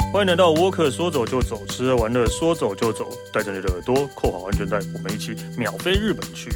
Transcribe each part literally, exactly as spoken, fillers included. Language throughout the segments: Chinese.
欢迎来到沃克，说走就走，吃喝玩乐说走就走，带着你的耳朵扣好安全带，我们一起秒飞日本去。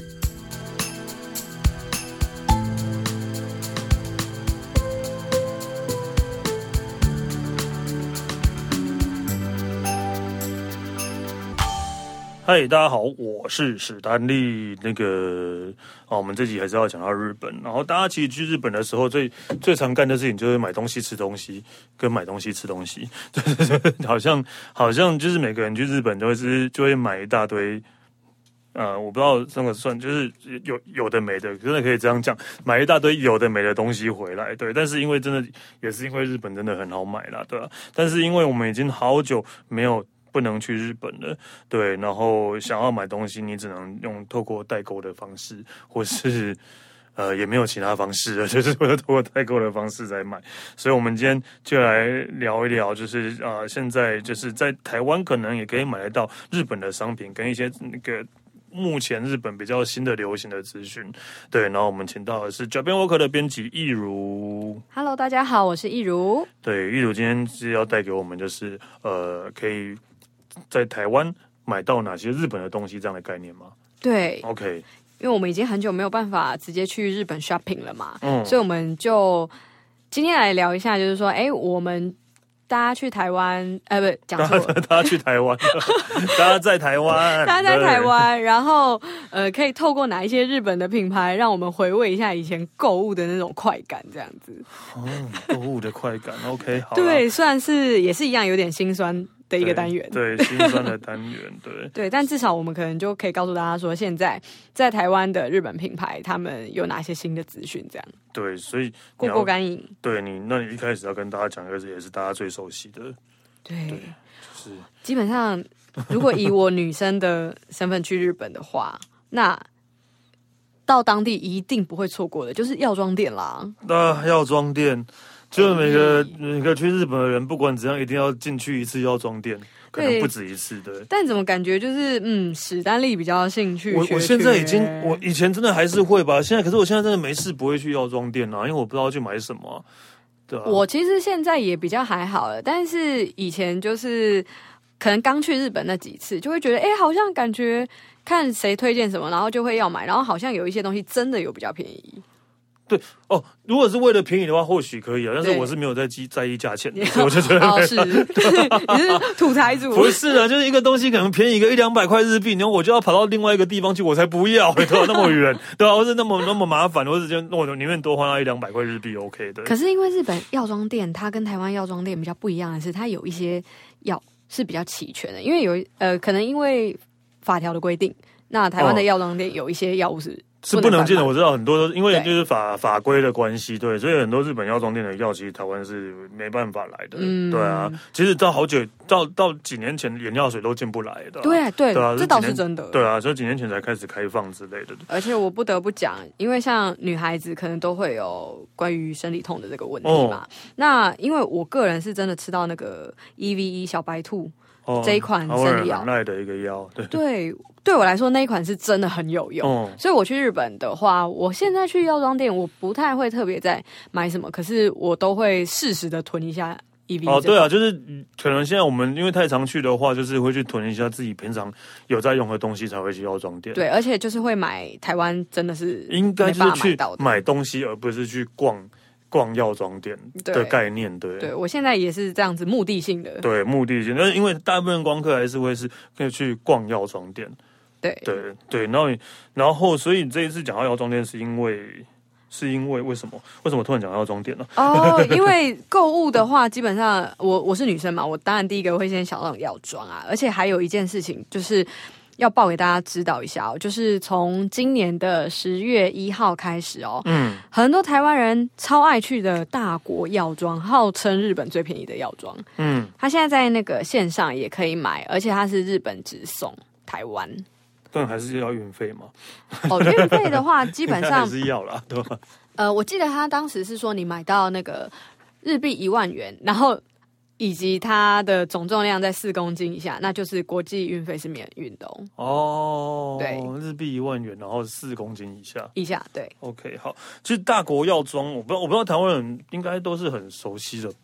嗨，大家好，我是史丹利。那个啊，我们这集还是要讲到日本。然后大家其实去日本的时候，最最常干的事情就是买东西、吃东西，跟买东西、吃东西。对对对，好像好像就是每个人去日本都会是就会买一大堆。呃，我不知道这个算就是有有的没的，真的可以这样讲，买一大堆有的没的东西回来，对。但是因为真的也是因为日本真的很好买啦，对吧、啊？但是因为我们已经好久没有。不能去日本了，对，然后想要买东西，你只能用透过代购的方式，或是呃也没有其他方式了，就是为了透过代购的方式在买。所以我们今天就来聊一聊，就是啊、呃，现在就是在台湾可能也可以买得到日本的商品，跟一些那个目前日本比较新的流行的资讯。对，然后我们请到的是 Japan Walker 的编辑易如。 Hello， 大家好，我是易如。 对，易如今天是要带给我们就是呃可以。在台湾买到哪些日本的东西这样的概念吗？ 对 ，OK， 因为我们已经很久没有办法直接去日本 shopping 了嘛，嗯，所以我们就今天来聊一下，就是说，哎，我们大家去台湾，呃，不，讲错了， 大家去台湾，大家在台湾， 大家在台湾，然后呃，可以透过哪一些日本的品牌，让我们回味一下以前购物的那种快感，这样子。 哦，购物的快感 ，OK， 好。 对，虽然是也是一样，有点心酸。的一个单元， 对，心酸的单元，对对，但至少我们可能就可以告诉大家说，现在在台湾的日本品牌，他们有哪些新的资讯，这样对，所以过过干瘾。 对你，那你一开始要跟大家讲一个，也是大家最熟悉的， 对， 对就是基本上，如果以我女生的身份去日本的话，那到当地一定不会错过的，就是药妆店啦。 那药妆店。就每个每个去日本的人，不管怎样，一定要进去一次药妆店，可能不止一次的。 但怎么感觉就是嗯，史丹利比较兴趣。 我我现在已经，我以前真的还是会吧，现在可是我现在真的没事不会去药妆店啊，因为我不知道去买什么、啊。对啊， 我其实现在也比较还好了，但是以前就是可能刚去日本那几次，就会觉得哎、欸，好像感觉看谁推荐什么，然后就会要买，然后好像有一些东西真的有比较便宜。 对哦，如果是为了便宜的话，或许可以啊。但是我是没有在记在意价钱的，所以我就觉得哦是，你是土财主。 不是啊，就是一个东西可能便宜个一两百块日币，然后我就要跑到另外一个地方去，我才不要，对吧？那么远，对吧？或是那么那么麻烦，我只觉得我宁愿多花那一两百块日币 OK 的。 可是因为日本药妆店，它跟台湾药妆店比较不一样的是，它有一些药是比较齐全的，因为有呃，可能因为法条的规定，那台湾的药妆店有一些药物是。 是不能进的，我知道很多都因为就是法法规的关系，对，所以很多日本药妆店的药其实台湾是没办法来的，嗯、对啊。其实到好久到到几年前，眼药水都进不来的、啊， 对对对啊， 这倒是真的， 对啊，所以几年前才开始开放之类的。 而且我不得不讲，因为像女孩子可能都会有关于生理痛的这个问题嘛，哦、那因为我个人是真的吃到那个 E V E 小白兔。哦、这一款生理药， 很耐的一个药，对对，对我来说那一款是真的很有用。哦、所以我去日本的话，我现在去药妆店，我不太会特别在买什么，可是我都会适时的囤一下 E V。 哦，对啊，就是可能现在我们因为太常去的话，就是会去囤一下自己平常有在用的东西，才会去药妆店。 对，而且就是会买台湾真的是应该就是去买东西，而不是去逛。逛药妆店的概念，对， 对我现在也是这样子目的性的， 对，目的性，但是因为大部分光客还是会是可以去逛药妆店， 对， 对对，然后然后所以你这一次讲到药妆店，是因为是因为为什么？为什么突然讲到药妆店呢？ 哦，因为购物的话，基本上我我是女生嘛，我当然第一个会先想到药妆啊，而且还有一件事情就是。要报给大家知道一下哦，就是从今年的十月一号开始哦，嗯，很多台湾人超爱去的大国药妆，号称日本最便宜的药妆，嗯，它现在在那个线上也可以买，而且它是日本直送台湾， 但还是要运费吗？ 哦，运费的话基本上还是要啦，对吧？ 呃，我记得他当时是说你买到那个日币一万元，然后。以及它的总重量在四公斤以下，那就是国际运费是免运的哦。 哦， 对， 日币一万元，然后四公斤以下， 以下对。 OK， 好，其实大国药妆，我不知道，我不知道台湾人应该都是很熟悉的吧？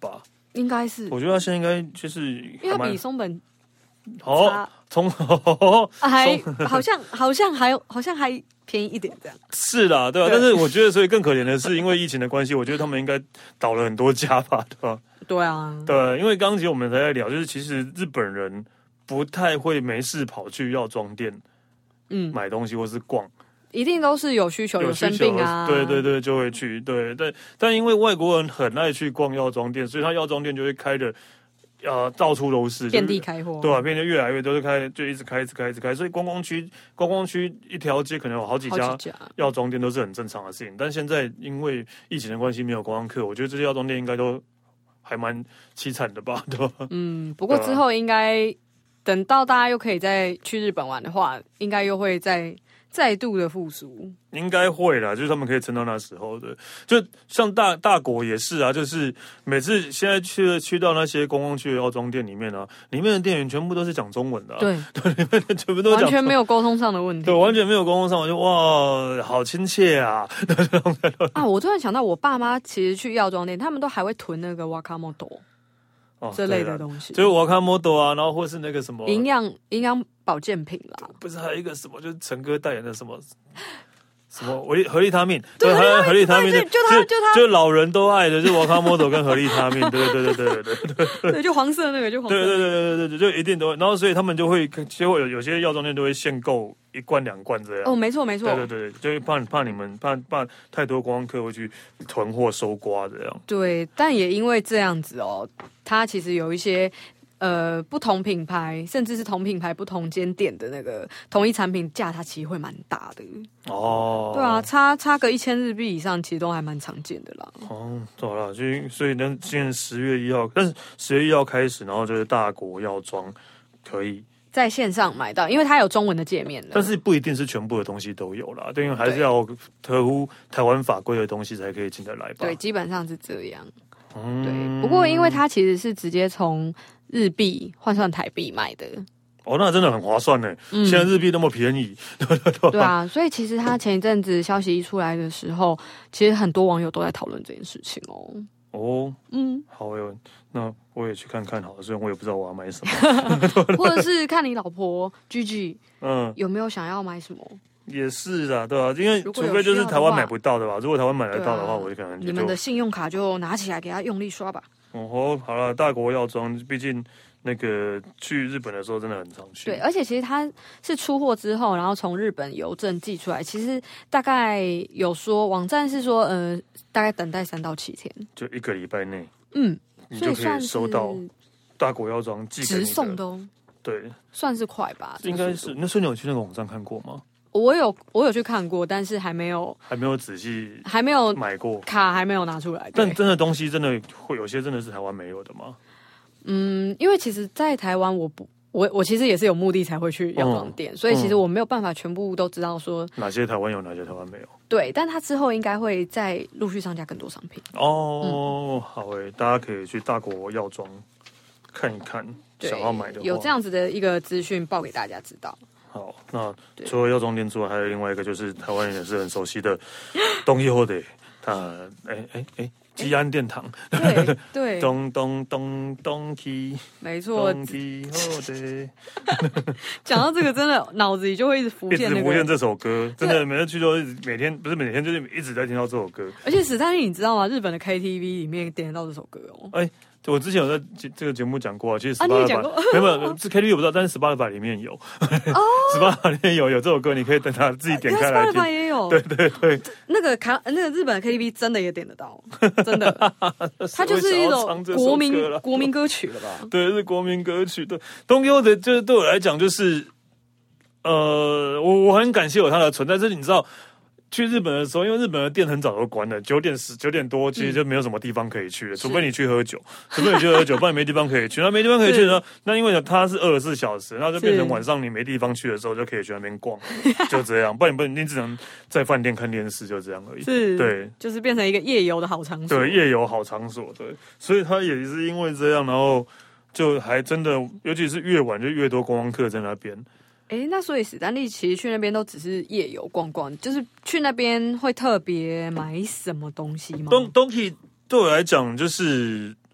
应该是， 我觉得他现在应该就是因为它比松本哦，从还好像好像还好像还便宜一点这样。 是啦，对吧、啊？但是我觉得，所以更可怜的是，因为疫情的关系，我觉得他们应该倒了很多家吧，对吧？ 对啊， 对，因为刚刚其实我们才在聊，就是其实日本人不太会没事跑去药妆店，嗯，买东西或是逛。 一定都是有需求，有生病啊， 对对对，就会去。对，但但因为外国人很爱去逛药妆店，所以他药妆店就会开的，呃，到处都是， 遍地开货， 对吧？变得越来越都是开，就一直开，一直开，一直开。所以观光区，观光区一条街可能有好几家药妆店都是很正常的事情。但现在因为疫情的关系，没有观光客，我觉得这些药妆店应该都还蛮凄惨的吧，对吧？ 嗯，不过之后应该等到大家又可以再去日本玩的话，应该又会再。再度的复苏， 应该会啦，就是他们可以撑到那时候的。就像大大国也是啊，就是每次现在去去到那些观光区的药妆店里面啊，里面的店员全部都是讲中文的、啊， 对对，里面的全部都讲， 完全没有沟通上的问题， 对，完全没有沟通上，我就哇，好亲切啊！ 啊，我突然想到，我爸妈其实去药妆店，他们都还会囤那个 Wakamoto。哦、这类的东西， 就是我看 model 啊，然后或是那个什么营养营养保健品啦， 不是还有一个什么，就是陈哥代言的什么什么维合利他命， 对， 还有合利他命， 就他就他， 就老人都爱的，就我看 model 跟合利他命，对对对对对对对对，就黄色那个，就黄色， 对对对对对对，就一定都会，然后所以他们就会，就会有有些药妆店都会限购一罐两罐这样。 哦，没错没错， 对对对，就是怕怕你们怕怕太多观光客会去囤货收刮这样。 对，但也因为这样子哦，它其实有一些呃不同品牌，甚至是同品牌不同间店的那个同一产品价，它其实会蛮大的。哦，对啊，差差个一千日币以上，其实都还蛮常见的啦。 哦，好了，所以所以呢，现在十月一号，但是十月一号开始，然后就是大国药妆可以。 在线上买到，因为它有中文的界面了， 但是不一定是全部的东西都有啦，对，因为还是要合乎台湾法规的东西才可以进得来吧。 对，基本上是这样。嗯、对，不过因为它其实是直接从日币换算台币买的， 哦，那真的很划算呢。嗯、现在日币那么便宜， 对啊，所以其实它前一阵子消息一出来的时候，其实很多网友都在讨论这件事情哦。 哦，嗯，好哟，那我也去看看好了，虽然我也不知道我要买什么， 或者是看你老婆 Gigi， 嗯，有没有想要买什么？ 也是啦，对吧、啊？因为除非就是台湾买不到的吧，如果台湾买得到的话，啊、我就可能就你们的信用卡就拿起来给他用力刷吧。 哦，好了，大国药妆，毕竟那个去日本的时候真的很常去。 对，而且其实它是出货之后，然后从日本邮政寄出来，其实大概有说网站是说，呃，大概等待三到七天， 就一个礼拜内， 嗯， 你就可以收到大国药妆寄给你的直送的哦。 对， 算是快吧， 应该是。那所以你有去那个网站看过吗？ 我有，我有去看过，但是还没有， 还没有仔细， 还没有买过， 卡还没有拿出来。 但真的东西真的会有些真的是台湾没有的吗？ 嗯，因为其实，在台湾我不，我我其实也是有目的才会去药妆店，嗯、所以其实我没有办法全部都知道说哪些台湾有，哪些台湾没有。 对，但它之后应该会再陆续上架更多商品。 哦，嗯、好诶，大家可以去大国药妆看一看，想要买的话， 有这样子的一个资讯报给大家知道。 好，那除了药妆店之外，还有另外一个就是台湾人也是很熟悉的东优的，它哎哎哎，基安殿堂， 对对， 东东东东基， 没错， 东基后的。 讲到这个，真的脑子里就会一直浮现、那个， 一直浮现这首歌，真的每次去都一直每天不是每天就是一直在听到这首歌。 而且史丹利，你知道吗？日本的 K T V 里面点得到这首歌哦。 哎。我之前有在这个节目讲过啊，其实啊，你也讲过， 没有没有，是 K T V 我不知道，但是 Spotify 里面有，哦，Spotify 里面有有这首歌，你可以等他自己点开来听。 Spotify 也有， 对对对， 那个卡那个日本的 K T V 真的也点得到，真的，它就是一种国民国民歌曲了吧？ 对，是国民歌曲。对，东京的，就是对我来讲，就是呃，我我很感谢有它的存在，就是你知道。去日本的时候，因为日本的店很早就关了，九点十九点多，其实就没有什么地方可以去了，嗯、除非你去喝酒，除非你去喝酒，不然没地方可以去。那没地方可以去呢，那因为它是二十四小时，那就变成晚上你没地方去的时候，就可以去那边逛，就这样。不然你不你只能在饭店看电视，就这样而已。 是， 对， 就是变成一个夜游的好场所。 对，夜游好场所，对，所以它也是因为这样，然后就还真的，尤其是越晚就越多观光客在那边。 哎，那所以史丹利其实去那边都只是夜游逛逛，就是去那边会特别买什么东西吗？ 东东西对我来讲，就是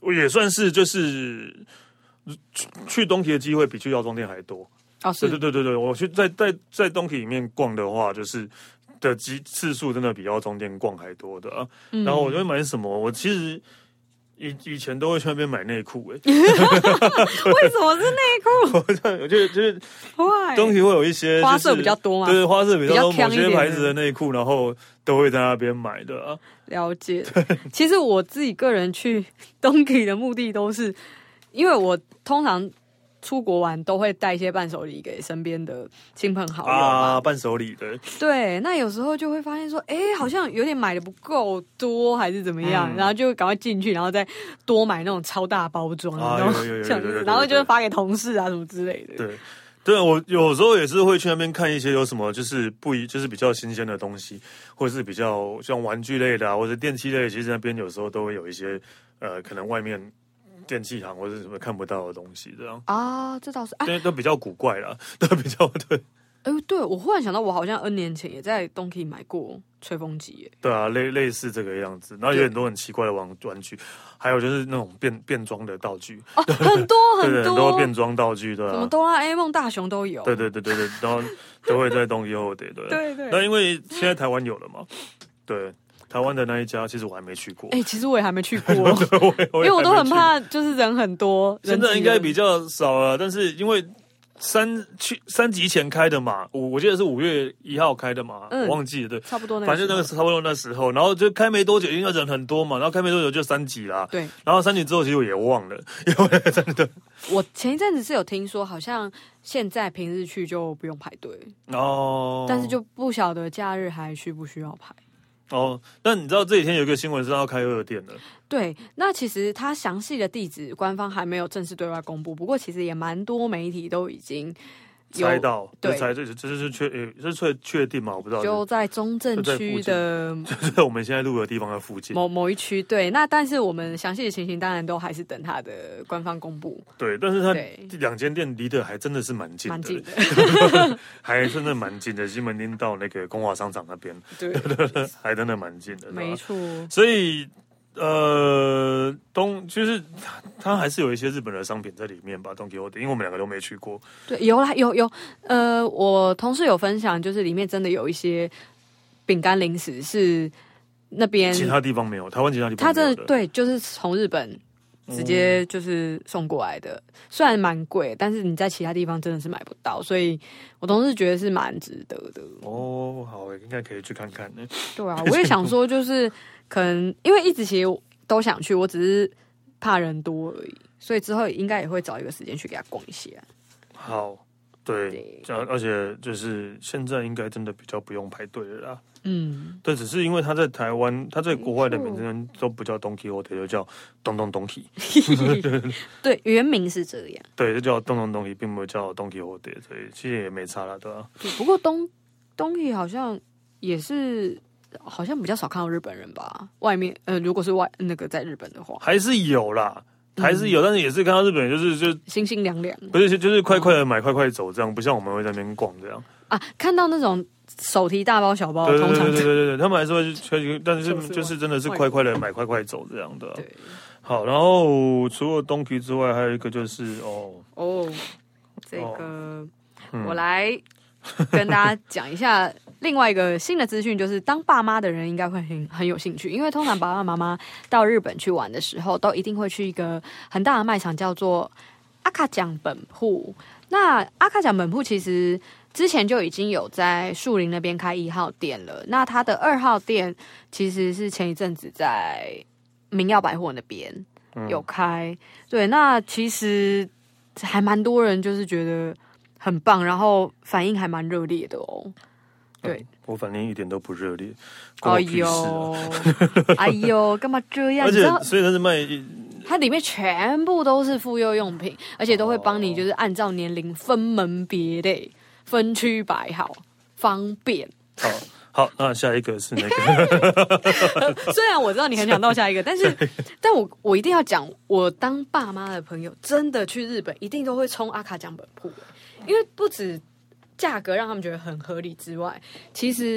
我也算是就是去去东体的机会比去药妆店还多。 哦，是， 对对对对对，我去在在在东体里面逛的话，就是的机次数真的比药妆店逛还多的啊。嗯、然后我就会买什么？我其实以以前都会去那边买内裤，哎，为什么是内裤？ 我觉得就是东体会有一些、就是、 花色比较多嘛， 对，花色比较多，某些牌子的内裤，然后都会在那边买的啊。 了解。其实我自己个人去东体的目的都是，因为我通常出国玩都会带一些伴手礼给身边的亲朋好友啊，伴手礼的。 对，那有时候就会发现说，哎，好像有点买的不够多，还是怎么样，嗯、然后就赶快进去，然后再多买那种超大包装，然后像然后就发给同事啊什么之类的。 对。对，我有时候也是会去那边看一些有什么就是不一就是比较新鲜的东西，或者是比较像玩具类的啊，或者电器类的，其实那边有时候都会有一些呃，可能外面电器行或者什么看不到的东西这样啊，这倒是， 对、啊，都比较古怪啦，都比较对。 哎，对，我忽然想到，我好像 N 年前也在东 K 买过吹风机耶。 对啊，类类似这个样子，然后有很多很奇怪的玩玩具，还有就是那种变变装的道具， 哦，很多很多， 很多变装道具，对啊， 什么哆啦 A 梦、大雄都有， 对对对对对，然后都会在东 K 后得对对对。 那因为现在台湾有了嘛，对。台湾的那一家，其实我还没去过。 哎、欸，其实我也还没去过，因为我都很怕，就是人很多。 现在应该比较少了，但是因为三去三级前开的嘛，我我记得是五月一号开的嘛，嗯、我忘记了，对， 差不多那， 反正那个差不多那时候，然后就开没多久，因为人很多嘛，然后开没多久就三级啦， 对， 然后三级之后其实我也忘了，因为真的， 我前一阵子是有听说，好像现在平日去就不用排队哦，但是就不晓得假日还需不需要排。 哦，但你知道这几天有一个新闻是要开二店的。 对，那其实它详细的地址官方还没有正式对外公布，不过其实也蛮多媒体都已经猜到，对，猜这这是确这是确确定吗？我不知道， 就在中正区的， 就在我们现在录的地方的附近， 某某一区。对，那但是我们详细的情形当然都还是等它的官方公布。 对，但是它两间店离得还真的是蛮近的， 蛮近的， 还真的蛮近的，西门町到那个光华商场那边， 对， 还真的蛮近的， 没错。 所以。呃，东就是它还是有一些日本的商品在里面吧，东 Quixote，因为我们两个都没去过。 对，有啦，有有，呃，我同事有分享，就是里面真的有一些饼干零食是那边其他地方没有，台湾其他地方没有的。 它真的对，就是从日本直接就是送过来的，嗯、虽然蛮贵，但是你在其他地方真的是买不到，所以我同事觉得是蛮值得的。 哦，好，应该可以去看看呢。 对啊，我也想说，就是可能因为一直其实都想去，我只是怕人多而已，所以之后应该也会找一个时间去给他逛一下。 好，对，对而且就是现在应该真的比较不用排队了啦。嗯，对，只是因为他在台湾，他在国外的名字都不叫 Don Quixote， 就叫东东东 Q。 对，原名是这样。 对，就叫东东东 Q， 并不叫 Don Quixote， 所以其实也没差啦，对吧？ 对，不过东东 Q 好像也是，好像比较少看到日本人吧？外面呃，如果是外那个在日本的话， 还是有啦。还是有，嗯、但是也是看到日本人就是就心心凉凉， 不是就是快快的买，快快走这样，不像我们会在那边逛这样啊。看到那种手提大包小包， 对对对对对对对，他们还是会去，但是就是真的是快快的买，快快走这样的、啊。对，好，然后除了东区之外，还有一个就是哦哦，这个、哦嗯、我来跟大家讲一下。另外一个新的资讯就是，当爸妈的人应该会很很有兴趣，因为通常爸爸妈妈到日本去玩的时候，都一定会去一个很大的卖场，叫做阿卡奖本铺。那阿卡奖本铺其实之前就已经有在树林那边开一号店了，那它的二号店其实是前一阵子在明耀百货那边有开。嗯、对，那其实还蛮多人就是觉得很棒，然后反应还蛮热烈的哦。对、嗯， 我反应一点都不热烈，关我屁事啊！哎呦，干嘛这样？ 而且，所以它是卖， 它里面全部都是妇幼用品，而且都会帮你就是按照年龄分门别类、分区摆好，方便。 好，好，那下一个是那个。 虽然我知道你很想到下一个，但是，但我我一定要讲，我当爸妈的朋友真的去日本，一定都会冲阿卡奖本铺，因为不止。价格让他们觉得很合理之外，其实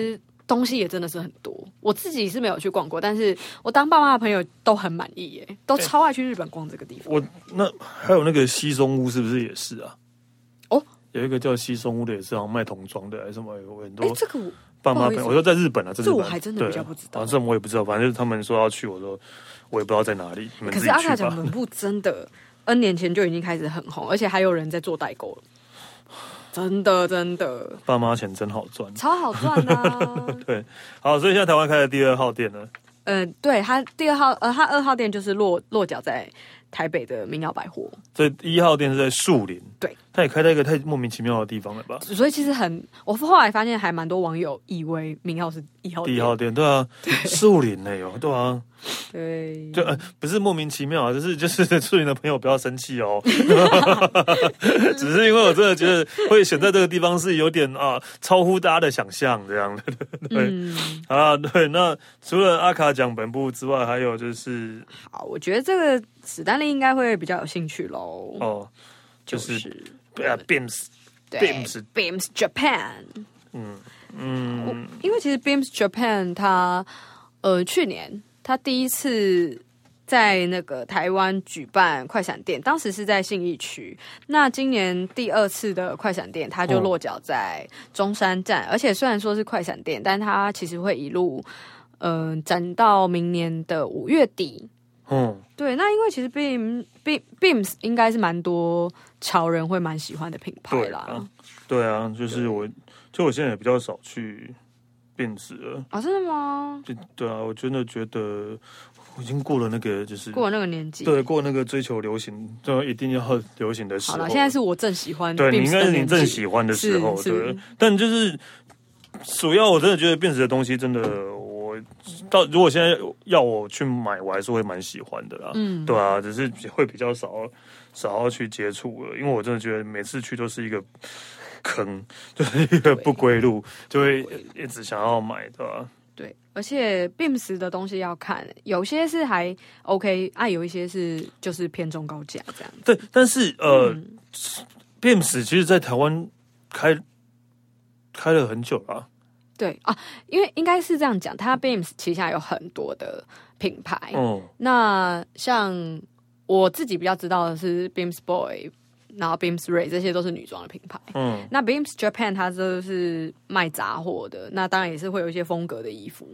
东西也真的是很多。我自己是没有去逛过，但是我当爸妈的朋友都很满意耶，都超爱去日本逛这个地方。 我那还有那个西松屋是不是也是啊？ 哦， 有一个叫西松屋的也是好像卖童装的还是什么，有很多。 哎，这个我爸妈朋友，我说在日本啊，这这我还真的比较不知道。 反正我也不知道，反正他们说要去，我说我也不知道在哪里。 可是阿卡奖本部真的 N 年前就已经开始很红，而且还有人在做代购了。真的真的， 爸妈钱真好赚， 超好赚啊！ 对，好，所以现在台湾开了第二号店了。 呃，对，它第二号，呃，它二号店就是落落脚在台北的民谣百货， 所以一号店是在树林， 对， 它也开在一个太莫名其妙的地方了吧？ 所以其实很，我后来发现还蛮多网友以为民谣是一号店， 第一号店，对啊，树林呢有，对啊。 对， 就呃不是莫名其妙啊，就是就是树林的朋友不要生气哦，只是因为我真的觉得会选在这个地方是有点啊超乎大家的想象这样的，对，嗯、啊对，那除了阿卡奖本部之外，还有就是好，我觉得这个史丹利应该会比较有兴趣喽， 哦，就是对啊 ，Beams Beams Beams Japan， 嗯嗯，因为其实 Beams Japan 它呃去年。他第一次在那个台湾举办快闪店，当时是在信义区。那今年第二次的快闪店，他就落脚在中山站，而且虽然说是快闪店，但他其实会一路嗯、呃、展到明年的五月底。嗯，对。那因为其实 Beam Beam Beams 应该是蛮多潮人会蛮喜欢的品牌啦。 对啊，对啊，就是我，就我现在也比较少去。变质了啊、哦？真的吗？ 对对啊，我真的觉得我已经过了那个，就是过了那个年纪， 对，过那个追求流行，就一定要流行的时候。 好了，现在是我正喜欢， 对，你应该是你正喜欢的时候，对。但就是主要，我真的觉得变质的东西，真的我到如果现在要我去买，我还是会蛮喜欢的啦。嗯，对啊，只是会比较少少要去接触了，因为我真的觉得每次去都是一个。坑就是一个不归路，就会一直想要买，对吧？ 对，而且 Beams 的东西要看，有些是还 OK， 啊，有一些是就是偏中高价这样子。 对，但是呃、嗯、，Beams 其实在台湾开开了很久了、啊。 对啊，因为应该是这样讲，它 Beams 旗下有很多的品牌。嗯，那像我自己比较知道的是 Beams Boy。然后 Beams Ray 这些都是女装的品牌，嗯，那 Beams Japan 它就是卖杂货的，那当然也是会有一些风格的衣服。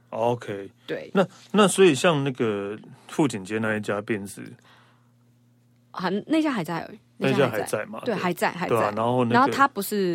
OK， 对， 那那所以像那个富锦街那一家Beams， 啊，那家还在， 那家还在嘛？ 对，还在，还在。 对啊，然后、那个、 然后它不是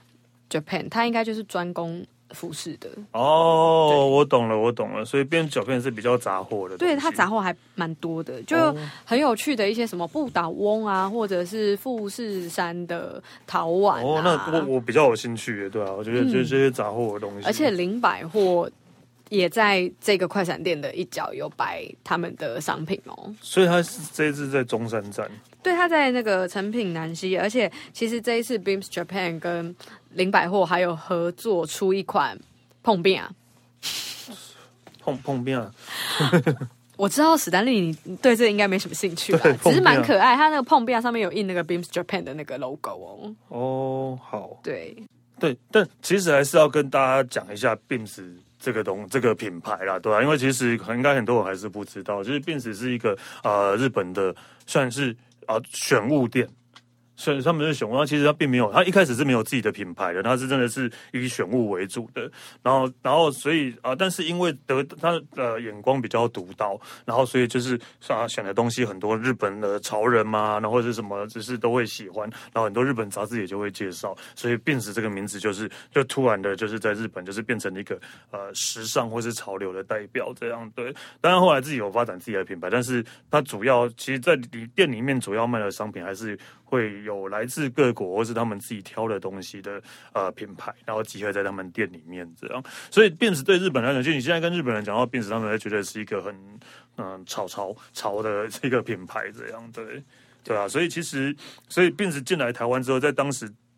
Japan， 它应该就是专攻。服饰的哦，我懂了，我懂了，所以变脚片是比较杂货的， 对，它杂货还蛮多的，就很有趣的一些什么不倒翁啊，或者是富士山的陶碗、啊。 哦，那我我比较有兴趣，对啊，我觉得就是这些杂货的东西， 而且林百货也在这个快闪店的一角有摆他们的商品哦， 所以它是这一次在中山站。 对，他在那个诚品南西，而且其实这一次 Beams Japan 跟林百货还有合作出一款碰饼啊， 碰碰饼啊。 我知道史丹利你对这应该没什么兴趣吧，只是蛮可爱。他那个碰饼上面有印那个 Beams Japan 的那个 logo 哦。 哦，好， 对对，但其实还是要跟大家讲一下 Beams。这个东这个品牌啦，对吧、啊？因为其实应该很多人还是不知道，就是 Beams 是一个呃日本的算是啊、呃、选物店，所以他们是选物，其实他并没有，他一开始是没有自己的品牌的，他是真的是以选物为主的。然后，然后所以啊、呃，但是因为得他的眼光比较独到，然后所以就是啊选的东西很多日本的潮人嘛，然后或者是什么，只是都会喜欢，然后很多日本杂志也就会介绍，所以 Beams 这个名字就是就突然的，就是在日本就是变成了一个呃时尚或是潮流的代表这样。对，当然后来自己有发展自己的品牌，但是它主要其实在店里面主要卖的商品还是会有来自各国或是他们自己挑的东西的呃品牌，然后集合在他们店里面这样。所以 Beams 对日本来讲，就你现在跟日本人讲到 Beams， 他们会觉得是一个很嗯、呃、潮潮潮的一个品牌这样，对对啊。所以其实所以 Beams 进来台湾之后，在当时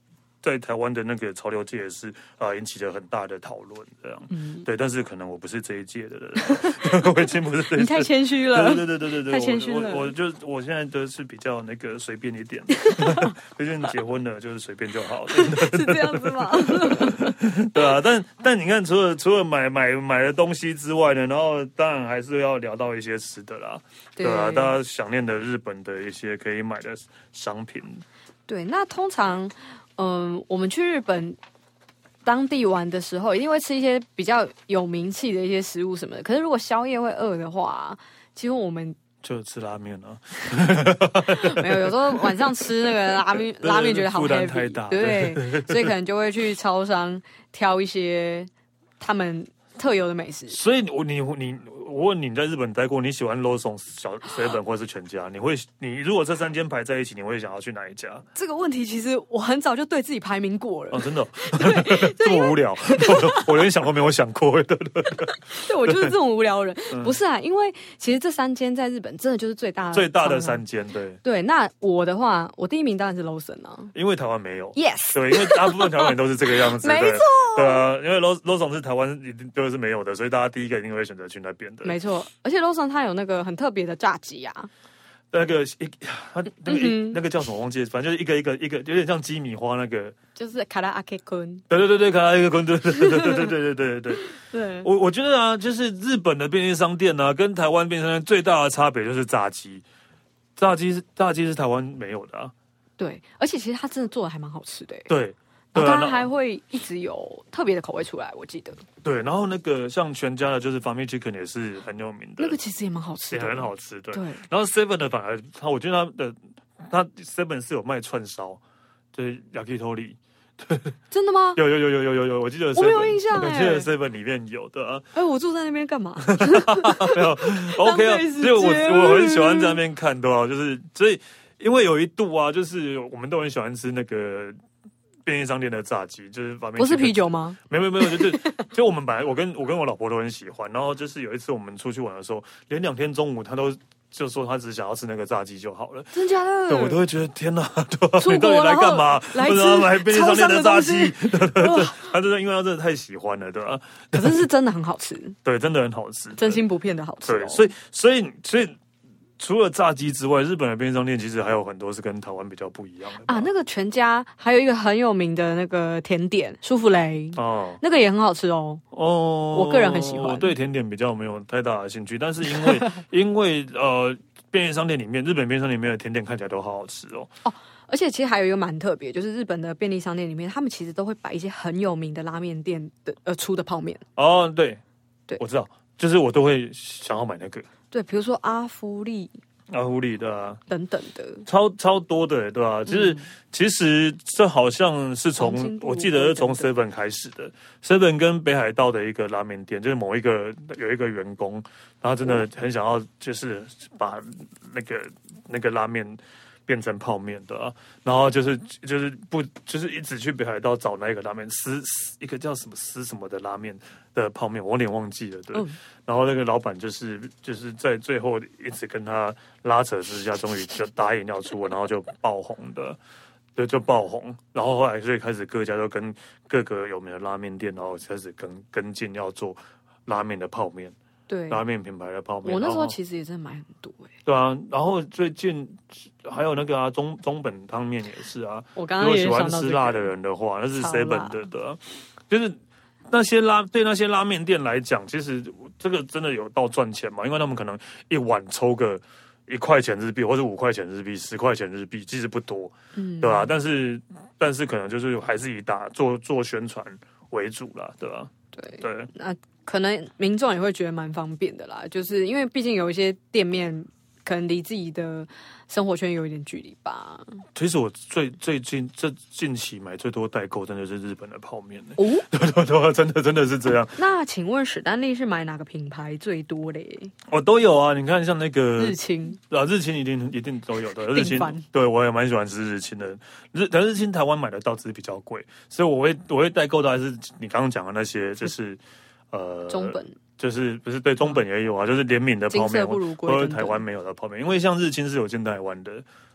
在台湾的那个潮流界也是啊、呃、引起了很大的讨论，这样，嗯，对，但是可能我不是这一届的人，我已经不是这一届， 你太谦虚了， 对对对对对， 太谦虚了， 我我就我现在都是比较那个随便一点，毕竟结婚了就是随便就好， 是这样子吗？ 对啊，但但你看，除了除了买买买的东西之外呢，然后当然还是要聊到一些吃的啦，对啊，大家想念的日本的一些可以买的商品。 对，那通常，嗯、呃，我们去日本当地玩的时候，一定会吃一些比较有名气的一些食物什么的。可是如果宵夜会饿的话，几乎我们就吃拉面啊。 没有，有时候晚上吃那个拉面，拉面觉得好 heavy， 负担太大， 对，所以可能就会去超商挑一些他们特有的美食。 所以我你你。我问你，你在日本待过，你喜欢 Lawson、小 seven 或是全家？你会，你如果这三间排在一起，你会想要去哪一家？ 这个问题其实我很早就对自己排名过了。 哦，真的、哦，这么无聊，我连想都没有想过。对对对， 对我就是这种无聊人。嗯、不是啊，因为其实这三间在日本真的就是最大的最大的三间，对对。那我的话，我第一名当然是 Lawson 啊， 因为台湾没有。 Yes， 对，因为大部分台湾人都是这个样子。 没错。 对啊，因为 Lawson 是台湾一定都是没有的，所以大家第一个一定会选择去那边的。 没错，而且 Lawson 它有那个很特别的炸鸡啊， 那个一它那个、嗯、那个叫什么忘记了，反正就是一个一个一个有点像鸡米花那个， 就是卡拉阿 K 坤。 对对对对，卡拉阿 K 坤，对对对对对对对对对对。 我我觉得啊，就是日本的便利商店啊，跟台湾便利商店最大的差别就是炸鸡，炸鸡是炸鸡是台湾没有的啊。 对，而且其实它真的做的还蛮好吃的。 对。 然后它还会一直有特别的口味出来，我记得。 对，然后那个像全家的，就是 Family Chicken 也是很有名的， 那个其实也蛮好吃的， 也很好吃。对， 对。 然后 Seven 的反而，他我觉得他的他 Seven 是有卖串烧，就是 Yakitori。 真的吗？ 有有有有有有有，我记得 7, 我没有印象哎、 欸，我记得 Seven 里面有的啊。 哎、欸，我住在那边干嘛？ 没有 ，OK 啊，所以我我很喜欢在那边看，对吧？就是所以因为有一度啊，就是我们都很喜欢吃那个。便利商店的炸鸡就是不是啤酒吗？ 没有没有，就是就我们本来我跟我跟我老婆都很喜欢，然后就是有一次我们出去玩的时候，连两天中午他都就说他只想要吃那个炸鸡就好了。 真假的？ 对，我都会觉得天哪，对吧？ 出国你到底来干嘛？ 来吃来便利商店的炸鸡？他真的因为他真的太喜欢了，对吧？ 可是是真的很好吃， 对，真的很好吃， 真心不骗的好吃、哦。 对，所以所以所以。除了炸鸡之外，日本的便利商店其实还有很多是跟台湾比较不一样的啊。那个全家还有一个很有名的那个甜点舒芙蕾哦，那个也很好吃哦。哦，我个人很喜欢。 我对甜点比较没有太大的兴趣，但是因为因为呃，便利商店里面日本便利商店里面的甜点看起来都好好吃哦。 哦，而且其实还有一个蛮特别，就是日本的便利商店里面，他们其实都会摆一些很有名的拉面店的呃出的泡面。 哦，对对， 我知道，就是我都会想要买那个。 对，比如说阿芙丽、 阿芙丽的啊， 等等的， 超超多的，对吧、啊？其实、嗯、其实这好像是从我记得是从 Seven 开始的 ，Seven 跟北海道的一个拉面店，就是某一个有一个员工，然后真的很想要就是把那个那个拉面变成泡面的啊，然后就是就是不就是一直去北海道找那一个拉面丝一个叫什么丝什么的拉面的泡面，我有点忘记了，对。嗯、然后那个老板就是就是在最后一直跟他拉扯之下，终于就答应要出，然后就爆红的，对，就爆红。然后后来所以开始各家都跟各个有名的拉面店，然后开始跟跟进要做拉面的泡面。 对， 拉面品牌的泡面， 我那时候其实也真的买很多哎、欸。 对啊，然后最近还有那个啊，中中本汤面也是啊。 我刚刚也如果喜欢吃辣的人的话，那是 seven 的的、啊，就是那些拉对那些拉面店来讲，其实这个真的有到赚钱嘛？因为他们可能一碗抽个一块钱日币，或者五块钱日币、十块钱日币，其实不多，嗯，对吧、啊？但是但是可能就是还是以打做做宣传为主啦，对吧、啊？ 对对， 那可能民众也会觉得蛮方便的啦，就是因为毕竟有一些店面可能离自己的生活圈有一点距离吧。 其实我最最近这近期买最多代购真的是日本的泡面哦， 对对对，真的真的是这样。 那请问史丹利是买哪个品牌最多嘞？ 我、哦、都有啊，你看像那个日清啊，日清一定一定都有的。日清对我也蛮喜欢吃日清的，日但日清台湾买得到只是比较贵，所以我会我会代购的还是你刚刚讲的那些，就是呃中本。 就是不是对中本也有啊，就是联名的泡面，或者台湾没有的泡面，因为像日清是有进台湾的，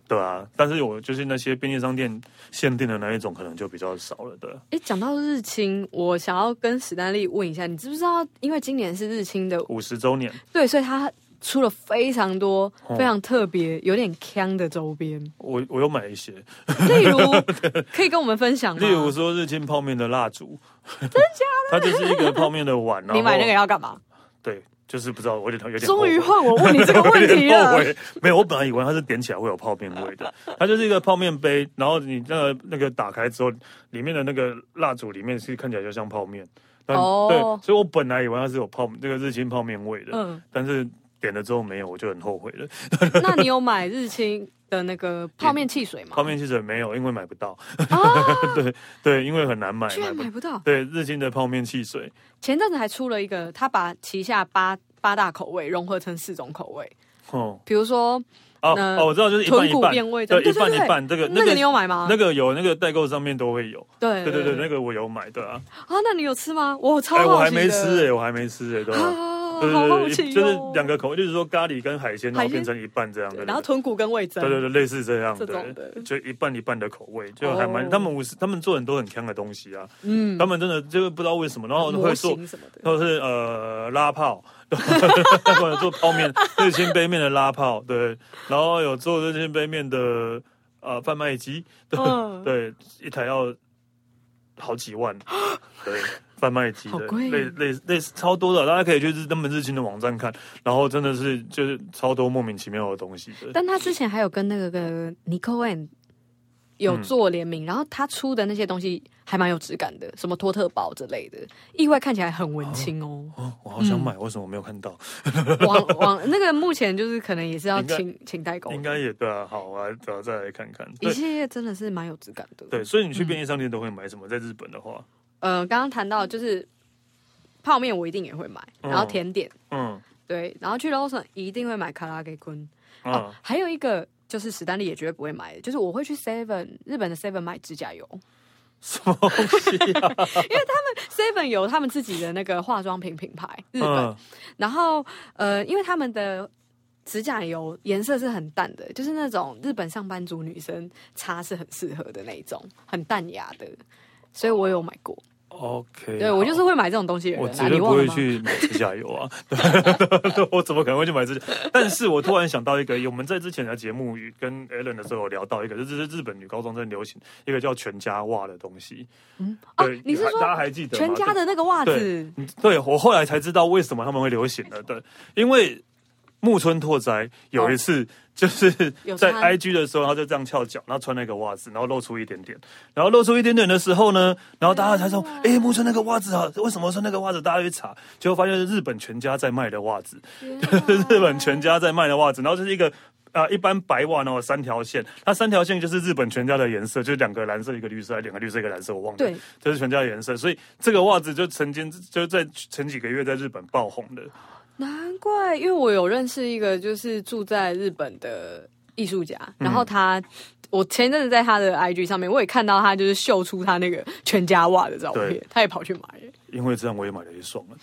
对啊，但是我就是那些便利商店限定的那一种，可能就比较少了的。 哎，讲到日清，我想要跟史丹利问一下，你知不知道？因为今年是日清的五十周年， 对，所以他出了非常多、非常特别、有点呛的周边。 我我有买一些， 例如可以跟我们分享吗？ 例如说日清泡面的蜡烛， 真的假的？ 它就是一个泡面的碗。 你买那个要干嘛？ 对。就是不知道，我有点有点。 终于换我问你这个问题了。 没有，我本来以为它是点起来会有泡面味的，它就是一个泡面杯，然后你那个那个打开之后，里面的那个蜡烛里面是看起来就像泡面。哦。对，所以我本来以为它是有泡那个日清泡面味的，嗯，但是点了之后没有，我就很后悔了。 那你有买日清的那个泡面汽水吗？ 泡面汽水没有，因为买不到。啊、对对，因为很难买， 居然买不到。 对，日清的泡面汽水， 前阵子还出了一个，他把旗下八八大口味融合成四种口味。哦，比如说哦哦，我知道，就是一半一半， 变味， 对，一半一半。这个那个你有买吗？ 那个有，那个代购上面都会有。 对对对对，那个我有买的啊。 啊，那你有吃吗？我超好奇的。 我还没吃哎，我还没吃哎，都。 对对对，就是两个口味，就是说咖喱跟海鲜，然后变成一半这样的， 然后豚骨跟味噌， 对对对，类似这样的， 就一半一半的口味，就还蛮他们五十，他们做很多很香的东西啊，嗯，他们真的就不知道为什么，然后会做什么的， 都是呃拉泡，或者做泡面，日清杯面的拉泡，对，然后有做日清杯面的呃贩卖机，对对，一台要好几万，对。贩卖机的类类类似超多的，大家可以去他们日清的网站看，然后真的是就是超多莫名其妙的东西的。 但他之前还有跟那个个 Nicoen 有做联名，嗯、然后他出的那些东西还蛮有质感的，什么托特包之类的，意外看起来很文青哦。 哦，哦我好想买，嗯、为什么没有看到？ 网网那个目前就是可能也是要请请代购， 应该也对啊。好，我来找再来看看。 一系列真的是蛮有质感的。 对，所以你去便利商店都会买什么？在日本的话？ 呃，刚刚谈到就是泡面，我一定也会买，然后甜点，嗯，对，然后去 Lawson 一定会买卡拉给坤，嗯、哦，还有一个就是史丹利也绝对不会买的，就是我会去 Seven 日本的 Seven 买指甲油， 什么东西啊？ 因为他们 Seven 有他们自己的那个化妆品品牌，日本，嗯、然后呃，因为他们的指甲油颜色是很淡的，就是那种日本上班族女生擦是很适合的那一种，很淡雅的，所以我有买过。 OK， 对我就是会买这种东西的人、啊， 我绝对不会去买指甲油啊！我怎么可能会去买指甲？但是我突然想到一个，我们在之前的节目跟 Alan 的时候有聊到一个，就是日本女高中正流行一个叫全家袜的东西。嗯，对， 啊、你是说大家还记得吗？ 全家的那个袜子？ 对，对我后来才知道为什么他们会流行的。对，因为木村拓哉有一次就是在 I G 的时候，他就这样翘脚，然后穿那个袜子，然后露出一点点，然后露出一点点的时候呢，然后大家才说，哎、欸，木村那个袜子啊，为什么穿那个袜子？大家去查，结果发现是日本全家在卖的袜子，日本全家在卖的袜子，然后就是一个。啊、呃，一般白袜呢有三条线，它三条线就是日本全家的颜色，就是两个蓝色一个绿色，两个绿色一个蓝色，我忘了。对，这是全家的颜色，所以这个袜子就曾经就在前几个月在日本爆红的。 难怪，因为我有认识一个就是住在日本的艺术家，然后他，嗯、我前一阵子在他的 I G 上面，我也看到他就是秀出他那个全家袜的照片，他也跑去买。 因为这样我也买了一双了，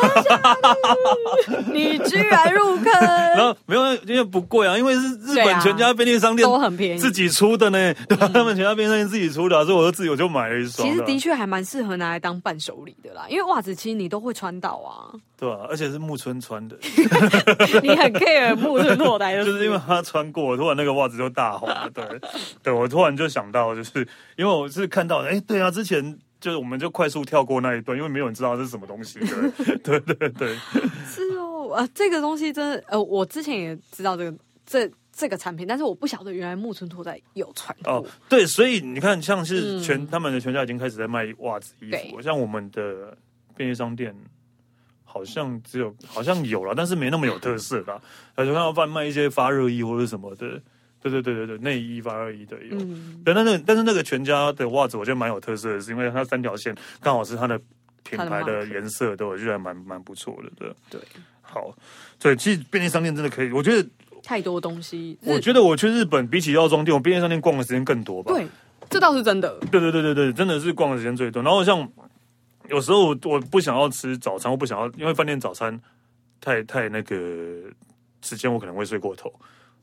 你居然入坑？ 然后没有，因为不贵啊，因为是日本全家便利商店都很便宜， 自己出的呢，对吧？他们全家便利商店自己出的，所以我就自己我就买了一双。 其实的确还蛮适合拿来当伴手礼的啦，因为袜子其实你都会穿到啊， 对啊，而且是木村穿的， 你很 care 木村拓哉， 就是因为他穿过，突然那个袜子就大红了。对，对我突然就想到，就是因为我是看到，哎，对啊，之前。就是我们就快速跳过那一段，因为没有人知道这是什么东西。对对对对， 是哦，啊，这个东西真的，呃，我之前也知道这个这这个产品，但是我不晓得原来木村拓哉有传过。哦， 对，所以你看，像是全、嗯、他们的全家已经开始在卖袜子、衣服，像我们的便利商店好像只有好像有了，但是没那么有特色啦。就看到贩卖一些发热衣或者什么的。对对对对对，内衣发热衣的有，嗯、但那个但是那个全家的袜子我觉得蛮有特色的，是因为它三条线刚好是它的品牌的颜色，对我觉得蛮蛮不错的，对对。 好，对，其实便利商店真的可以，我觉得太多东西。 我觉得我去日本比起药妆店，我便利商店逛的时间更多吧。 对，这倒是真的。 对对对对对，真的是逛的时间最多。然后像有时候我不想要吃早餐，我不想要，因为饭店早餐太太那个时间，我可能会睡过头。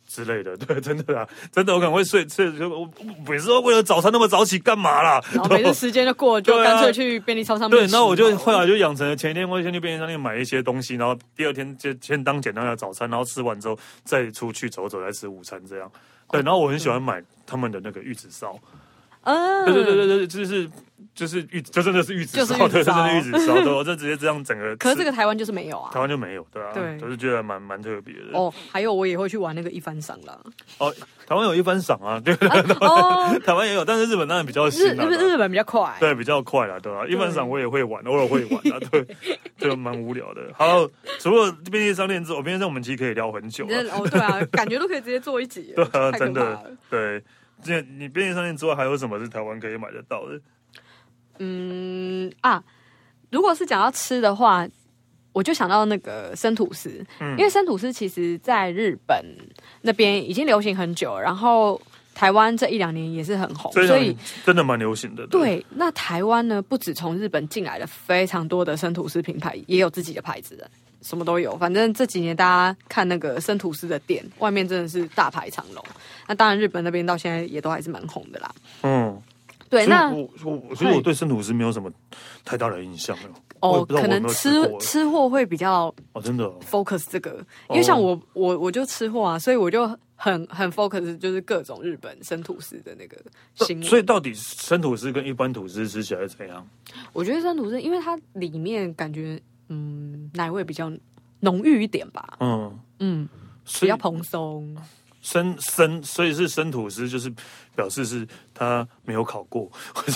之类的，对，真的啊，真的，我可能会睡睡，我每次都为了早餐那么早起干嘛啦？ 然后每次时间就过，就干脆去便利超商。 对，那我就后来就养成了前一天会先去便利商店买一些东西，然后第二天就先当简单的早餐，然后吃完之后再出去走走，再吃午餐这样。对，然后我很喜欢买他们的那个玉子烧。嗯，对对对对对，就是就是玉，就真的是玉子烧，对，真的是玉子烧，对，我就直接这样整个。 可是这个台湾就是没有啊， 台湾就没有，对啊， 对， 就是觉得蛮蛮特别的。 哦，还有我也会去玩那个一番赏啦。 哦，台湾有一番赏啊，对，哦，台湾也有，但是日本当然比较新， 日日日本比较快， 对，比较快啦，对吧？一番赏我也会玩，偶尔会玩啊，对，就蛮无聊的。好，除了便利商店之后，便利商店我们其实可以聊很久。 哦，对啊，感觉都可以直接做一集， 对啊，真的，对。这你便利商店之外还有什么是台湾可以买得到的？ 嗯啊，如果是讲到吃的话，我就想到那个生吐司，嗯、因为生吐司其实在日本那边已经流行很久了，然后台湾这一两年也是很红，所以真的蛮流行的。 对，对那台湾呢，不止从日本进来了非常多的生吐司品牌，也有自己的牌子的。什么都有，反正这几年大家看那个生吐司的店，外面真的是大排长龙。那当然，日本那边到现在也都还是蛮红的啦。嗯，对。那我我所以我对生吐司没有什么太大的印象了。 哦，可能吃吃货会比较哦，真的 focus 这个，因为像我我我就吃货啊，所以我就很很 focus 就是各种日本生吐司的那个新闻。 所以到底生吐司跟一般吐司吃起来怎样？ 我觉得生吐司，因为它里面感觉。嗯，奶味比较浓郁一点吧。嗯嗯，比较蓬松。 生生，所以是生吐司，就是表示是它没有烤过。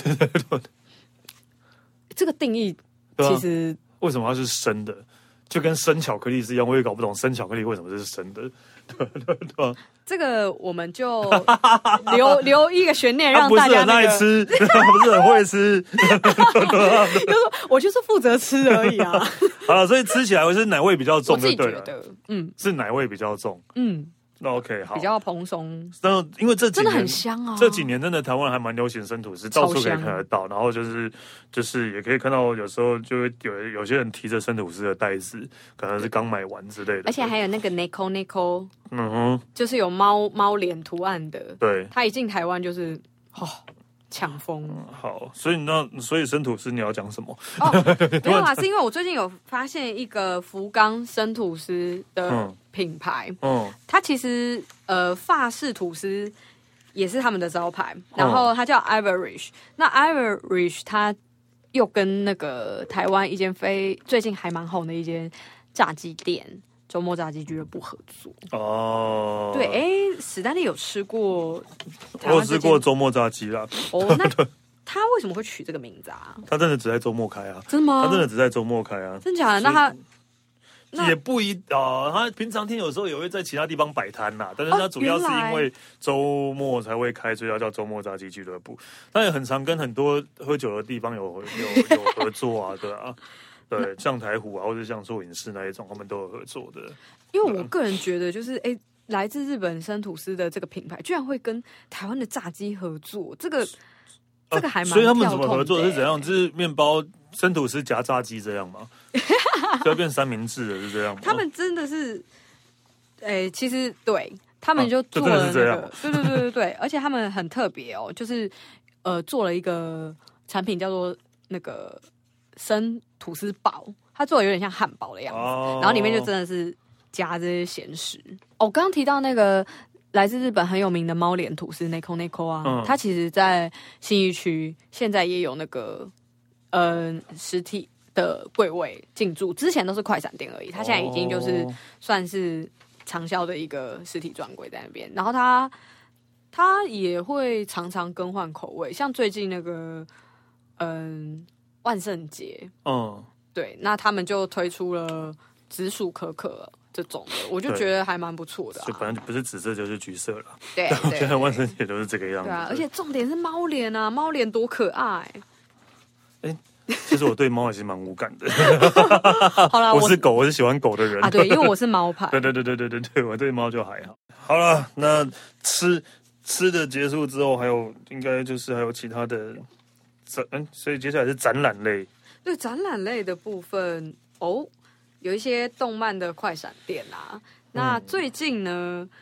这个定义其实、 啊、为什么它是生的？就跟生巧克力是一样，我也搞不懂生巧克力为什么是生的。对对对， 这个我们就留留一个悬念，让大家、那个、 不是很爱吃，不是很会吃。 就是我就是负责吃而已啊。 好了，所以吃起来是奶味比较重就对了， 我自己觉得，嗯， 是奶味比较重，嗯。那 OK 好， 比较蓬松。 那因为这几年真的很香啊， 这几年真的台湾还蛮流行生吐司，到处可以看得到。然后就是就是也可以看到，有时候就会有有些人提着生吐司的袋子，可能是刚买完之类的。 而且还有那个 Neko Neko， 嗯哼，就是有猫猫脸图案的。 对， 它一进台湾就是哦。抢疯、 嗯、好，所以那所以生吐司你要讲什么？ 哦，没有啦，是因为我最近有发现一个福冈生吐司的品牌，嗯，嗯它其实呃法式吐司也是他们的招牌，然后它叫 Irish，、嗯、那 Irish 它又跟那个台湾一间非最近还蛮红的一间炸鸡店。周末炸鸡俱乐部合作哦，对，哎，史丹利有吃过？ 我有吃过周末炸鸡啦。 哦，那他为什么会取这个名字啊？ 他真的只在周末开啊？ 真的吗？ 他真的只在周末开啊？ 真假的？那他那也不一啊、呃，他平常天有时候也会在其他地方摆摊呐，但是他主要是因为周末才会开，所以要叫周末炸鸡俱乐部。他也很常跟很多喝酒的地方有有有合作啊，对啊。对，像台虎啊，或者像寿影视那一种，他们都有合作的。 因为我个人觉得，就是哎，来自日本生吐司的这个品牌，居然会跟台湾的炸鸡合作，这个、啊、这个还蛮。 所以他们怎么合作是怎样？就是面包生吐司夹炸鸡这样吗？就要变三明治了，是这样吗？ 他们真的是，哎，其实对他们就做了那个，啊、对对对对对，而且他们很特别哦，就是呃做了一个产品叫做那个生吐司堡，它做的有点像汉堡的样子，哦、然后里面就真的是夹这些咸食。哦，刚刚提到那个来自日本很有名的猫脸吐司 Neko Neko 啊，嗯、它其实在信义区现在也有那个呃实体的柜位进驻，之前都是快闪店而已，它现在已经就是算是畅销的一个实体专柜在那边。然后它它也会常常更换口味，像最近那个嗯。万圣节，嗯，对，那他们就推出了紫薯可可这种的，我就觉得还蛮不错的、啊。 就反正不是紫色就是橘色了。 对， 现在万圣节都是这个样子。 对啊，而且重点是猫脸啊，猫脸多可爱。 哎，其实我对猫还是蛮无感的。 好啦， 我是狗，我是喜欢狗的人啊。对，因为我是猫派。 对对对对对对对，我对猫就还好。好了，那吃吃的结束之后，还有应该就是还有其他的。嗯，所以接下来是展览类。 对，展览类的部分哦，有一些动漫的快闪店啊。那最近呢，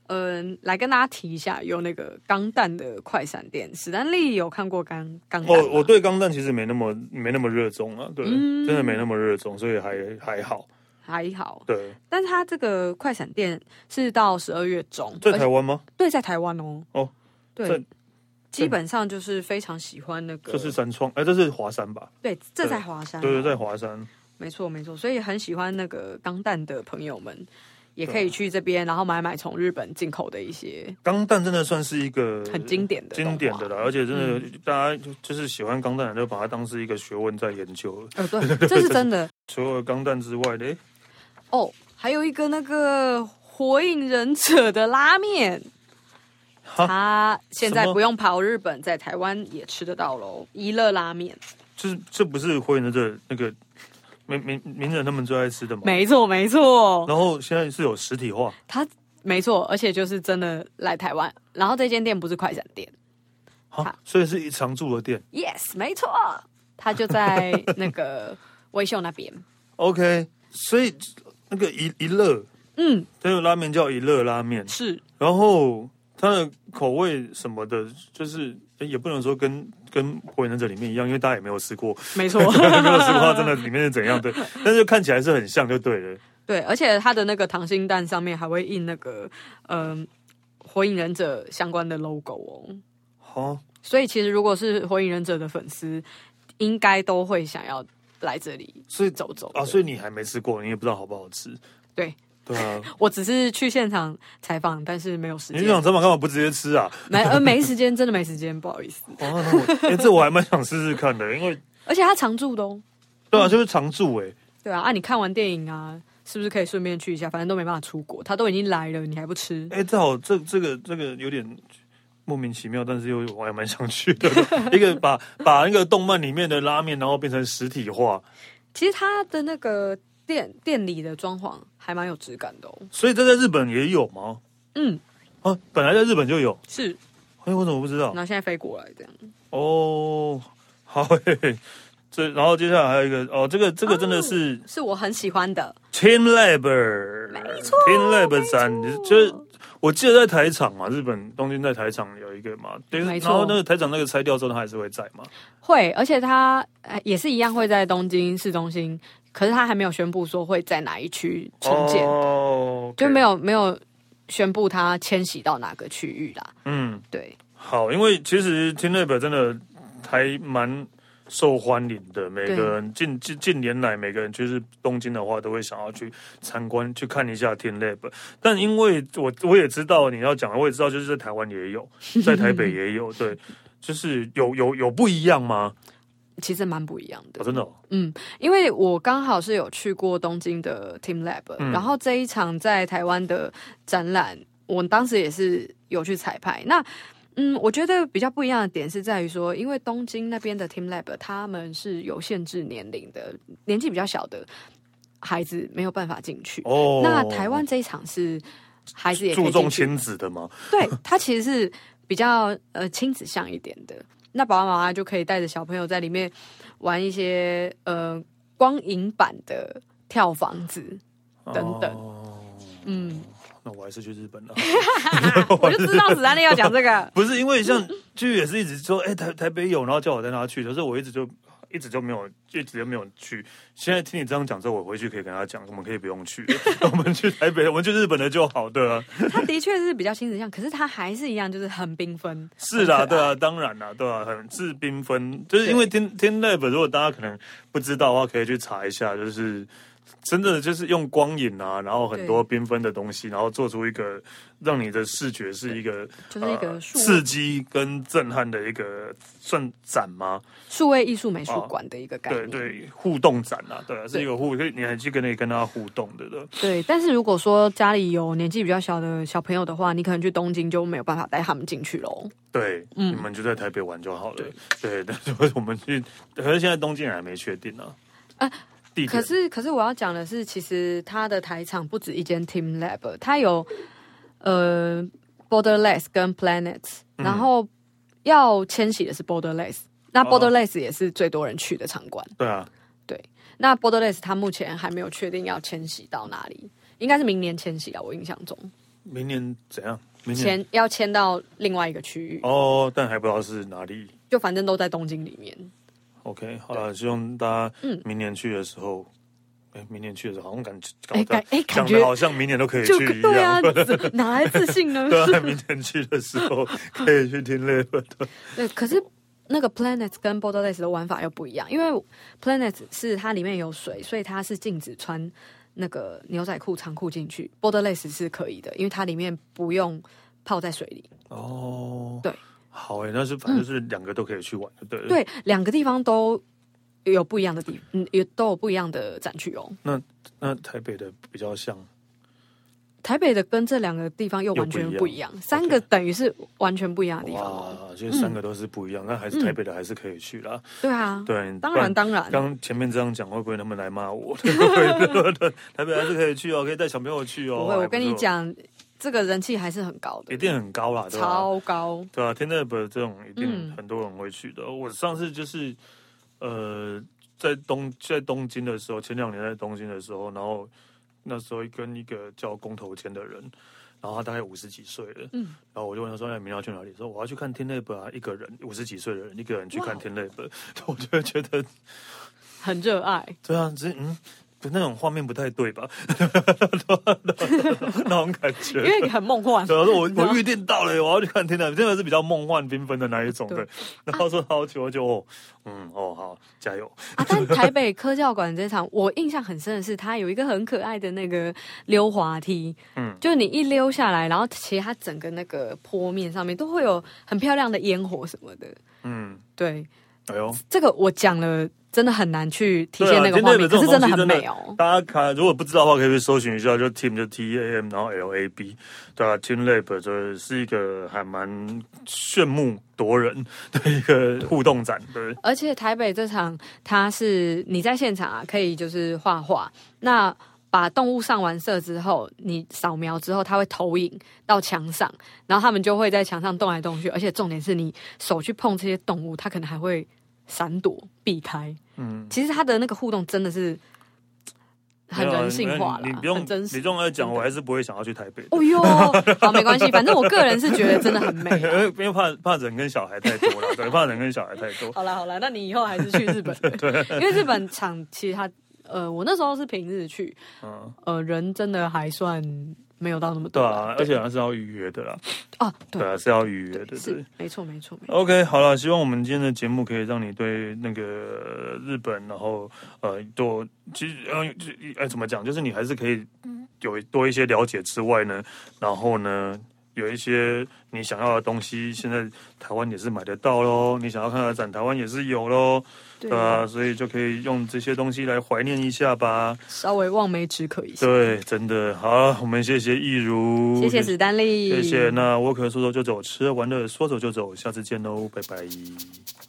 嗯、呃，来跟大家提一下，有那个钢弹的快闪店，史丹利有看过钢钢弹吗？ 哦，我对钢弹其实没那么没那么热衷啊，对，嗯、真的没那么热衷，所以还还好。 还好， 对， 但是它这个快闪店是到十二月中， 在台湾吗？ 对，在台湾哦。 哦， 对，基本上就是非常喜欢那个。 这是三创，哎，这是华山吧？ 对，这在华山、哦。 对对，在华山。 没错没错，所以很喜欢那个钢弹的朋友们，也可以去这边，然后买买从日本进口的一些。 钢弹真的算是一个很经典的经典的啦，而且真的、嗯、大家就是喜欢钢弹的，就把它当是一个学问在研究了。 哦，对，这是真的。 除了钢弹之外的。 哦，还有一个那个火影忍者的拉面，它现在不用跑日本，在台湾也吃得到喽。一乐拉面， 就是这不是火影忍者那个名名名人他们最爱吃的吗？ 没错没错。 然后现在是有实体化， 它没错，而且就是真的来台湾。然后这间店不是快闪店， 好，所以是一常驻的店。 Yes， 没错，它就在那个威秀那边。 OK， 所以。那个一一乐，嗯，这个拉面叫一乐拉面， 是。 然后它的口味什么的，就是也不能说跟跟火影忍者里面一样，因为大家也没有吃过， 没错， 没有吃过它真的里面是怎样的，但是看起来是很像，就对了。 对，而且它的那个溏心蛋上面还会印那个嗯、呃、火影忍者相关的 logo 哦。好，所以其实如果是火影忍者的粉丝，应该都会想要来这里，所以走走啊，所以你还没吃过，你也不知道好不好吃。 对对啊， 我只是去现场采访，但是没有时间。 你现场采访干嘛不直接吃啊？ 没呃没时间，真的没时间，不好意思。 哦，哎、欸，这我还蛮想试试看的，因为而且它常驻的哦。 对啊，就是常驻哎、欸。 对啊，啊，你看完电影啊，是不是可以顺便去一下？反正都没办法出国，他都已经来了，你还不吃？ 哎、欸，这好，这这个这个有点。莫名其妙，但是又我还蛮想去的。一个把把那个动漫里面的拉面，然后变成实体化。 其实它的那个店店里的装潢还蛮有质感的哦。 所以这在日本也有吗？嗯，啊，本来在日本就有。 是。 哎，我怎么不知道？ 然后现在飞过来这样。 哦，好嘿嘿。这然后接下来还有一个哦，这个这个真的是、哦、 是我很喜欢的 Team Lab， 没错 ，Team Lab 展就是我记得在台场嘛，日本东京在台场有一个嘛，对，然后那个台场那个拆掉之后，它还是会在嘛？ 会，而且它也是一样会在东京市中心，可是它还没有宣布说会在哪一区重建，哦、okay 就没有没有宣布它迁徙到哪个区域啦。嗯，对。 好，因为其实 Team Lab 真的还蛮受欢迎的，每个人近近近年来，每个人就是东京的话，都会想要去参观、去看一下 Team Lab。但因为我我也知道你要讲，我也知道，就是在台湾也有，在台北也有，对，就是有有有不一样吗？ 其实蛮不一样的， 哦、真的、哦。 嗯，因为我刚好是有去过东京的 Team Lab，、嗯、然后这一场在台湾的展览，我当时也是有去彩排。那嗯，我觉得比较不一样的点是在于说，因为东京那边的 Team Lab 他们是有限制年龄的，年纪比较小的孩子没有办法进去。哦，那台湾这一场是孩子也可以进去， 注重亲子的吗？ 对，它其实是比较呃亲子向一点的。那爸爸妈妈就可以带着小朋友在里面玩一些呃光影版的跳房子等等。哦、嗯。 那我还是去日本了。 我就知道史丹利要讲这个， 不是因为像剧也是一直说，哎、欸，台台北有，然后叫我带他去，可是我一直就一直就没有，一直就没有去。现在听你这样讲之后，我回去可以跟他讲，我们可以不用去，我们去台北，我们去日本的就好，对啊。 他的确是比较亲子向，可是他还是一样，就是很缤纷。 是啦，对啊，当然啦，对啊，很是缤纷，就是因为天天 Lab， 如果大家可能不知道的话，可以去查一下，就是。真的就是用光影啊，然后很多缤纷的东西，然后做出一个让你的视觉是一个就是一个、呃、 刺激跟震撼的一个算展吗？ 数位艺术美术馆的一个概念， 啊、对对，互动展啊，对啊，是一个互，你还去跟你跟他互动的的。 对，但是如果说家里有年纪比较小的小朋友的话，你可能去东京就没有办法带他们进去喽。 对，嗯，你们就在台北玩就好了。对，对，但是我们去，可是现在东京人还没确定呢、啊。啊可是，可是我要讲的是，其实它的台场不止一间 Team Lab， 它有呃 Borderless 跟 Planets，、嗯、然后要迁徙的是 Borderless， 那 Borderless 也是最多人去的场馆。 对啊， 对，那 Borderless 它目前还没有确定要迁徙到哪里，应该是明年迁徙啊，我印象中。 明年怎样？明年迁要迁到另外一个区域哦，但还不知道是哪里。 就反正都在东京里面。 OK， 好了，希望大家明年去的时候，哎、嗯，明年去的时候好像感哎感哎感觉好像明年都可以去一样， 对啊，哪来自信呢？ 对啊，明年去的时候可以去听 Lab 的。 对，可是那个 Planet 跟 Borderless 的玩法又不一样，因为 Planet 是它里面有水，所以它是禁止穿那个牛仔裤、长裤进去。Borderless 是可以的，因为它里面不用泡在水里。 哦， 对。 好诶，那是反正就是两个都可以去玩，对了。 对，两个地方都有不一样的地，嗯，也都有不一样的展区哦。 那那台北的比较像， 台北的跟这两个地方又完全不一样，三个等于是完全不一样的地方哦。 哇，就是三个都是不一样，那、嗯、还是台北的还是可以去啦。 对啊， 对， 当然当然。 刚前面这样讲，会不会他们来骂我？台北还是可以去哦，可以带小朋友去哦。 不会，我跟你讲。这个人气还是很高的， 一定很高啦，对吧？ 超高， 对啊 Tenet 这种一定很多人会去的。嗯、我上次就是呃，在东在东京的时候，前两年在东京的时候，然后那时候跟一个叫工头坚的人，然后他大概五十几岁了，嗯，然后我就问他说：“那你明天要去哪里？”说：“我要去看 Tenet 啊，一个人五十几岁的人，一个人去看 Tenet。”我就会觉得很热爱， 对啊，只嗯。那种画面不太对吧？那种感觉， 因为很梦幻。 对，我说我我预定到了，我要去看天台，真的是比较梦幻缤纷的那一种的。然后说好久就哦，嗯哦好，加油啊！但台北科教馆这场，我印象很深的是，它有一个很可爱的那个溜滑梯，嗯，就你一溜下来，然后其实它整个那个坡面上面都会有很漂亮的烟火什么的，嗯，对， 哎呦， 这个我讲了。真的很难去体现那个画面，可是真的很美哦。 大家看，如果不知道的话，可以去搜寻一下，就 Team 就 T A M， 然后 L A B， 对啊 ，Team Lab 就是一个还蛮炫目夺人的一个互动展，对。 而且台北这场，它是你在现场啊，可以就是画画，那把动物上完色之后，你扫描之后，它会投影到墙上，然后他们就会在墙上动来动去，而且重点是你手去碰这些动物，它可能还会闪躲避开，嗯，其实他的那个互动真的是很人性化啦， 你不用很真实。 你这样来讲，我还是不会想要去台北。 哦哟，好，没关系，反正我个人是觉得真的很美， 因为因为怕怕人跟小孩太多了，对，怕人跟小孩太多。 好啦好啦，那你以后还是去日本，对，因为日本场其实它呃，我那时候是平日去，嗯，呃，人真的还算。没有到那么多， 对啊，而且还是要预约的啦。 哦，对啊，是要预约的， 是没错，没错，没错。OK， 好了，希望我们今天的节目可以让你对那个日本，然后呃，多其实呃，哎，怎么讲，就是你还是可以有多一些了解之外呢，然后呢，有一些你想要的东西，现在台湾也是买得到咯，你想要看的展，台湾也是有咯。对啊，所以就可以用这些东西来怀念一下吧， 稍微望梅止渴一下。 对，真的好，我们谢谢易如， 谢谢史丹利， 谢谢。那我可说走就走，吃完了说走就走，下次见喽，拜拜。